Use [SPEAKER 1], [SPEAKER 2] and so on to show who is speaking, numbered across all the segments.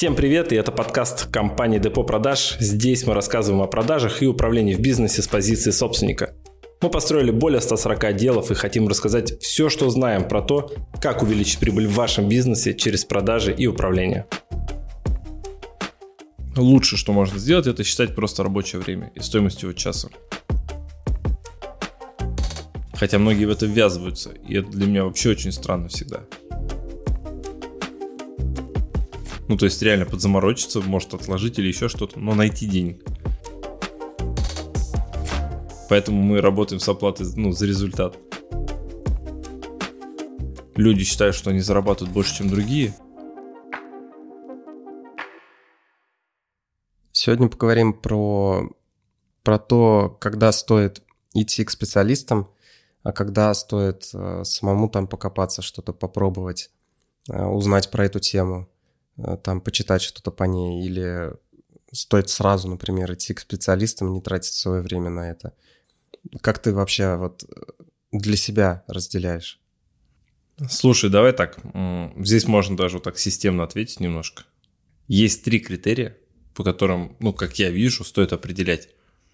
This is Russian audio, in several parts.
[SPEAKER 1] Всем привет, и это подкаст компании Депо Продаж. Здесь мы рассказываем о продажах и управлении в бизнесе с позиции собственника. Мы построили более 140 отделов и хотим рассказать все, что знаем про то, как увеличить прибыль в вашем бизнесе через продажи и управление.
[SPEAKER 2] Лучше, что можно сделать, это считать просто рабочее время и стоимость его часа. Хотя многие в это ввязываются, и это для меня вообще очень странно всегда. То есть реально подзаморочиться, может отложить или еще что-то, но найти денег. Поэтому мы работаем с оплатой за результат. Люди считают, что они зарабатывают больше, чем другие.
[SPEAKER 3] Сегодня поговорим про то, когда стоит идти к специалистам, а когда стоит самому там покопаться, что-то попробовать, узнать про эту тему, там почитать что-то по ней, или стоит сразу, например, идти к специалистам, не тратить свое время на это. Как ты вообще для себя разделяешь?
[SPEAKER 2] Слушай, давай так. Здесь можно даже так системно ответить немножко. Есть 3 критерия, по которым, как я вижу, стоит определять.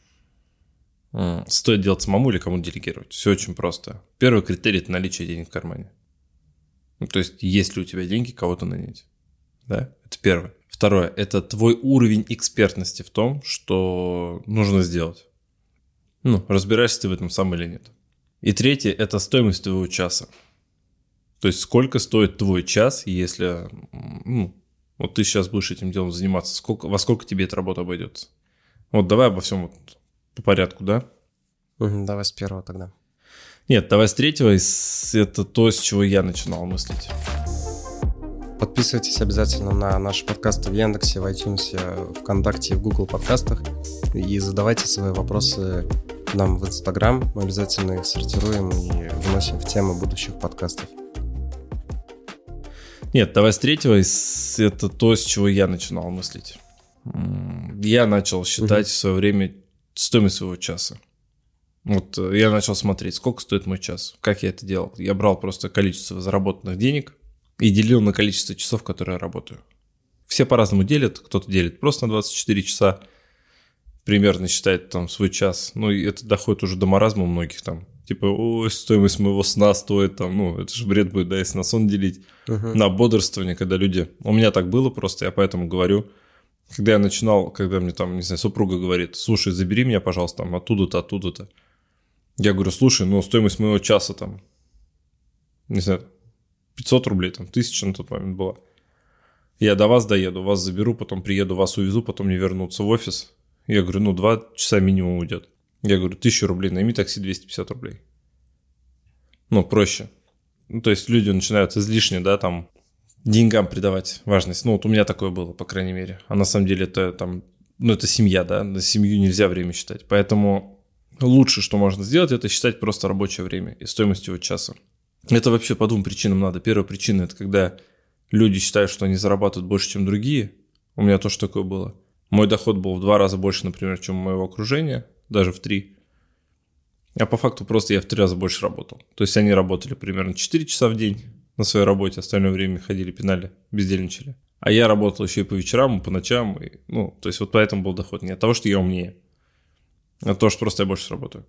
[SPEAKER 2] Стоит делать самому или кому делегировать. Все очень просто. Первый критерий – это наличие денег в кармане. То есть, есть ли у тебя деньги кого-то нанять. Да, это первое. Второе – это твой уровень экспертности в том, что нужно сделать. Разбираешься ты в этом сам или нет. И третье – это стоимость твоего часа. То есть, сколько стоит твой час, если ты сейчас будешь этим делом заниматься, во сколько тебе эта работа обойдется. Давай обо всем по порядку, да?
[SPEAKER 3] Давай с первого тогда.
[SPEAKER 2] Нет, давай с третьего, это то, с чего я начинал мыслить.
[SPEAKER 3] Подписывайтесь обязательно на наши подкасты в Яндексе, в iTunes, ВКонтакте, в Google подкастах. И задавайте свои вопросы нам в Instagram. Мы обязательно их сортируем и выносим в темы будущих подкастов.
[SPEAKER 2] Нет, давай с третьего, это то, с чего я начинал мыслить. Я начал считать в свое время стоимость своего часа. Я начал смотреть, сколько стоит мой час, как я это делал. Я брал просто количество заработанных денег и делил на количество часов, которые я работаю. Все по-разному делят. Кто-то делит просто на 24 часа, примерно считает там свой час. И это доходит уже до маразма у многих там. Стоимость моего сна стоит там, это же бред будет, да, если на сон делить. На бодрствование, когда люди... У меня так было просто, я поэтому говорю. Когда я начинал, когда мне там, не знаю, супруга говорит: слушай, забери меня, пожалуйста, там оттуда-то, оттуда-то. Я говорю: слушай, стоимость моего часа там, не знаю, 500 рублей, там, 1000 на тот момент была. Я до вас доеду, вас заберу, потом приеду, вас увезу, потом мне вернуться в офис. Я говорю, 2 часа минимум уйдет. Я говорю, 1000 рублей, найми такси 250 рублей. Проще. То есть люди начинают излишне, да, там, деньгам придавать важность. У меня такое было, по крайней мере. А на самом деле это там, это семья, да, на семью нельзя время считать. Поэтому лучше, что можно сделать, это считать просто рабочее время и стоимость его часа. Это вообще по 2 причинам надо. Первая причина – это когда люди считают, что они зарабатывают больше, чем другие. У меня тоже такое было. Мой доход был в 2 раза больше, например, чем у моего окружения, даже в 3. А по факту просто я в 3 раза больше работал. То есть они работали примерно 4 часа в день на своей работе, остальное время ходили, пинали, бездельничали. А я работал еще и по вечерам, и по ночам. То есть поэтому был доход не от того, что я умнее, а от того, что просто я больше работаю.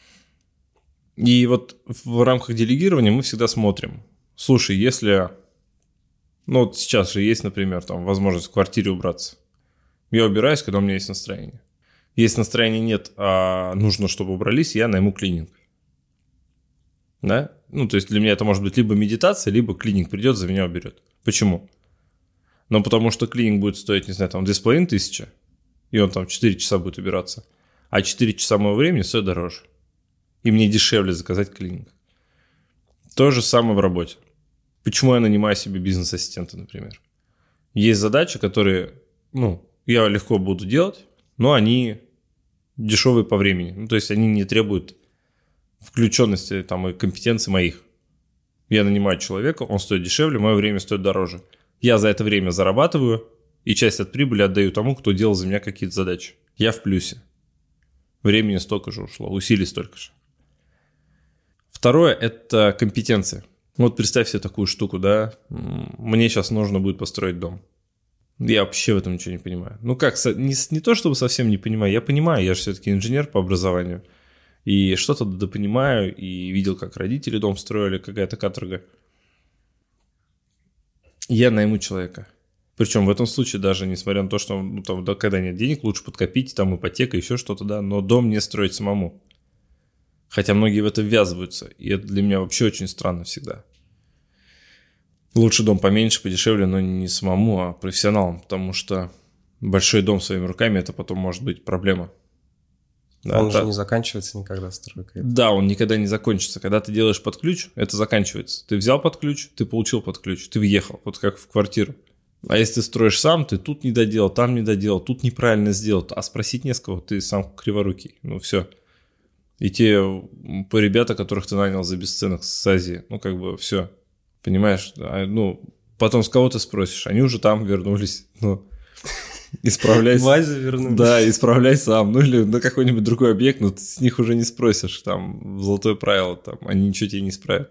[SPEAKER 2] И в рамках делегирования мы всегда смотрим. Слушай, если... сейчас же есть, например, там возможность в квартире убраться. Я убираюсь, когда у меня есть настроение. Если настроения нет, а нужно, чтобы убрались, я найму клининг. Да? То есть для меня это может быть либо медитация, либо клининг придет, за меня уберет. Почему? Потому что клининг будет стоить, не знаю, там 2500, и он там 4 часа будет убираться. А 4 часа моего времени стоит дороже. И мне дешевле заказать клининг. То же самое в работе. Почему я нанимаю себе бизнес-ассистента, например? Есть задачи, которые, я легко буду делать, но они дешевые по времени. То есть они не требуют включенности там, и компетенции моих. Я нанимаю человека, он стоит дешевле, мое время стоит дороже. Я за это время зарабатываю, и часть от прибыли отдаю тому, кто делал за меня какие-то задачи. Я в плюсе. Времени столько же ушло, усилий столько же. Второе – это компетенция. Представь себе такую штуку, да. Мне сейчас нужно будет построить дом. Я вообще в этом ничего не понимаю. Ну как, не то чтобы совсем не понимаю, я понимаю, я же все-таки инженер по образованию. И что-то допонимаю, и видел, как родители дом строили, какая-то каторга. Я найму человека. Причем в этом случае даже, несмотря на то, что ну, там, да, когда нет денег, лучше подкопить, там ипотека, еще что-то, да, но дом не строить самому. Хотя многие в это ввязываются, и это для меня вообще очень странно всегда. Лучше дом поменьше, подешевле, но не самому, а профессионалам, потому что большой дом своими руками – это потом может быть проблема.
[SPEAKER 3] Да, он же не заканчивается никогда, стройка.
[SPEAKER 2] Да, он никогда не закончится. Когда ты делаешь под ключ, это заканчивается. Ты взял под ключ, ты получил под ключ, ты въехал, вот как в квартиру. А если ты строишь сам, ты тут не доделал, там не доделал, тут неправильно сделал, а спросить не с кого, ты сам криворукий. Ну, все. И те ребята, которых ты нанял за бесценок с Азии, ну, как бы, все. Понимаешь? Ну, потом с кого ты спросишь? Они уже там вернулись. Ну, исправляй.
[SPEAKER 3] В Азию вернулись.
[SPEAKER 2] Да, исправляй сам. Ну, или на какой-нибудь другой объект, но ты с них уже не спросишь. Там, золотое правило, там, они ничего тебе не исправят.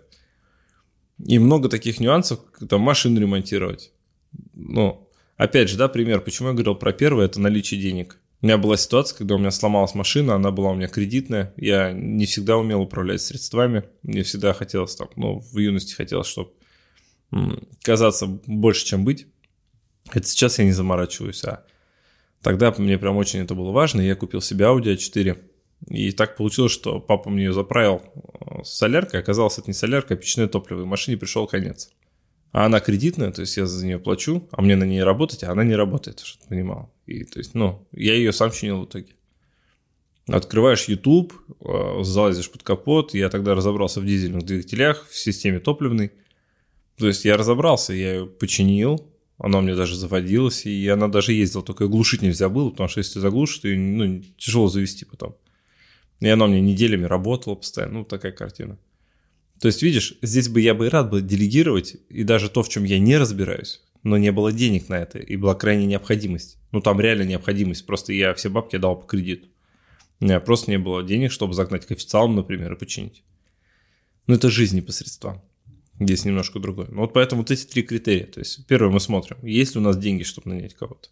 [SPEAKER 2] И много таких нюансов, там, машину ремонтировать. Ну, опять же, да, пример. Почему я говорил про первое, это наличие денег. У меня была ситуация, когда у меня сломалась машина, она была у меня кредитная. Я не всегда умел управлять средствами. Мне всегда хотелось, там, ну, в юности хотелось, чтобы казаться больше, чем быть. Это сейчас я не заморачиваюсь, а тогда мне прям очень это было важно. Я купил себе Audi A4. И так получилось, что папа мне ее заправил с соляркой. Оказалось, это не солярка, а печное топливо. И машине пришел конец. А она кредитная, то есть я за нее плачу, а мне на ней работать, а она не работает, чтобы ты понимал. И, то есть, ну, я ее сам чинил в итоге. Открываешь YouTube, залазишь под капот. Я тогда разобрался в дизельных двигателях, в системе топливной. То есть я разобрался, я ее починил, она у меня даже заводилась, и она даже ездила, только глушить нельзя было, потому что если ты заглушишь, то ее, ну, тяжело завести потом. И она у меня неделями работала постоянно, ну, такая картина. То есть, видишь, здесь бы я бы и рад был делегировать, и даже то, в чем я не разбираюсь, но не было денег на это, и была крайняя необходимость. Ну, там реально необходимость, просто я все бабки дал по кредиту. У меня просто не было денег, чтобы загнать к официалам, например, и починить. Ну, это жизнь непосредственно. Здесь немножко другое. Ну, вот поэтому вот эти 3 критерия. То есть, первое мы смотрим, есть ли у нас деньги, чтобы нанять кого-то.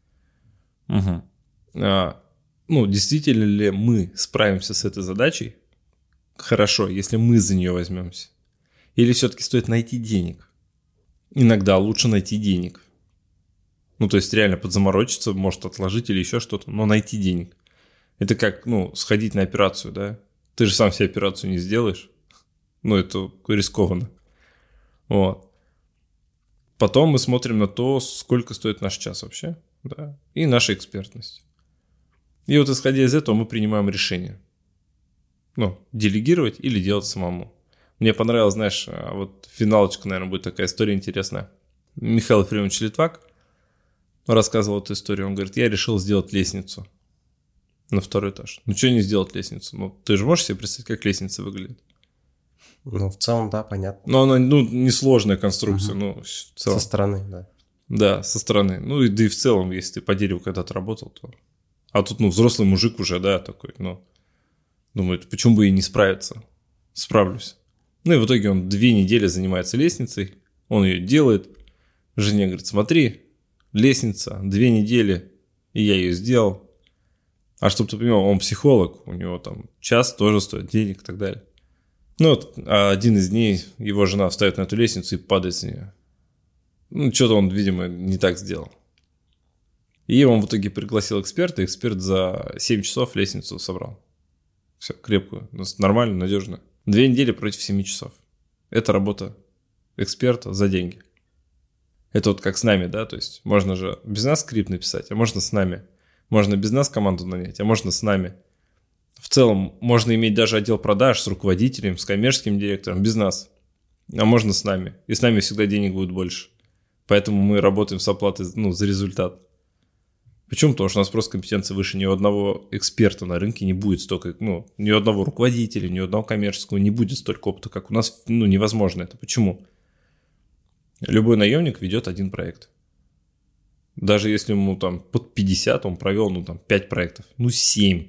[SPEAKER 2] Угу. Ну, действительно ли мы справимся с этой задачей хорошо, если мы за нее возьмемся? Или все-таки стоит найти денег? Иногда лучше найти денег. Ну, то есть, реально подзаморочиться, может, отложить или еще что-то, но найти денег. Это как, ну, сходить на операцию, да? Ты же сам себе операцию не сделаешь. Ну, это рискованно. Вот. Потом мы смотрим на то, сколько стоит наш час вообще, да, и наша экспертность. И вот исходя из этого мы принимаем решение. Ну, делегировать или делать самому. Мне понравилось, знаешь, вот финалочка, наверное, будет такая история интересная. Михаил Ефремович Литвак рассказывал эту историю. Он говорит, я решил сделать лестницу на 2-й этаж. Ну, что не сделать лестницу? Ну, ты же можешь себе представить, как лестница выглядит?
[SPEAKER 3] Ну, в целом, да, понятно.
[SPEAKER 2] Но она, ну, несложная конструкция, ну, в целом.
[SPEAKER 3] Со стороны, да.
[SPEAKER 2] Да, со стороны. Ну, и да и в целом, если ты по дереву когда-то работал, то... А тут, ну, взрослый мужик уже, да, такой, ну, думает, почему бы и не справиться? Справлюсь. Ну, и в итоге он 2 недели занимается лестницей, он ее делает. Жене говорит, смотри, лестница, 2 недели, и я ее сделал. А чтобы ты понимал, он психолог, у него там час тоже стоит денег и так далее. Ну вот, один из дней его жена встает на эту лестницу и падает с нее. Ну, что-то он, видимо, не так сделал. И он в итоге пригласил эксперта, эксперт за 7 часов лестницу собрал. Все, крепкую, нормально, надежно. 2 недели против 7 часов. Это работа эксперта за деньги. Это вот как с нами, да, то есть можно же без нас скрипт написать, а можно с нами. Можно без нас команду нанять, а можно с нами. В целом, можно иметь даже отдел продаж с руководителем, с коммерческим директором, без нас. А можно с нами. И с нами всегда денег будет больше. Поэтому мы работаем с оплатой, ну, за результат. Почему? Потому что у нас просто компетенция выше. Ни у одного эксперта на рынке не будет столько, ну, ни у одного руководителя, ни у одного коммерческого не будет столько опыта, как у нас. Ну, невозможно это. Почему? Любой наемник ведет 1 проект. Даже если ему там под 50, он провел, ну, там, 5 проектов. Ну, 7.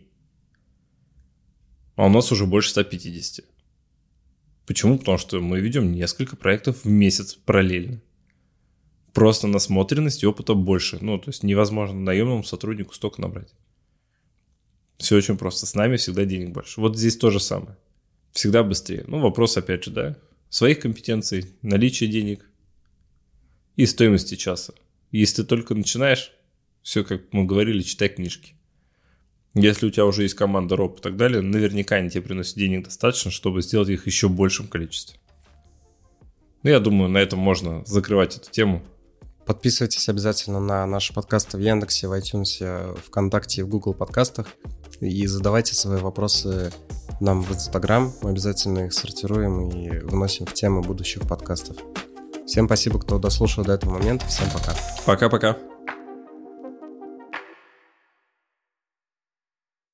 [SPEAKER 2] А у нас уже больше 150. Почему? Потому что мы ведем несколько проектов в месяц параллельно. Просто насмотренность и опыта больше. Ну, то есть невозможно наемному сотруднику столько набрать. Все очень просто. С нами всегда денег больше. Вот здесь то же самое. Всегда быстрее. Ну, вопрос, опять же, да, своих компетенций, наличия денег и стоимости часа. Если ты только начинаешь, все, как мы говорили, читай книжки. Если у тебя уже есть команда, роб и так далее, наверняка они тебе приносят денег достаточно, чтобы сделать их еще в большем количестве. Ну, я думаю, на этом можно закрывать эту тему.
[SPEAKER 3] Подписывайтесь обязательно на наши подкасты в Яндексе, в iTunes, ВКонтакте и в Google подкастах. И задавайте свои вопросы нам в Instagram. Мы обязательно их сортируем и вносим в темы будущих подкастов. Всем спасибо, кто дослушал до этого момента. Всем пока.
[SPEAKER 2] Пока-пока.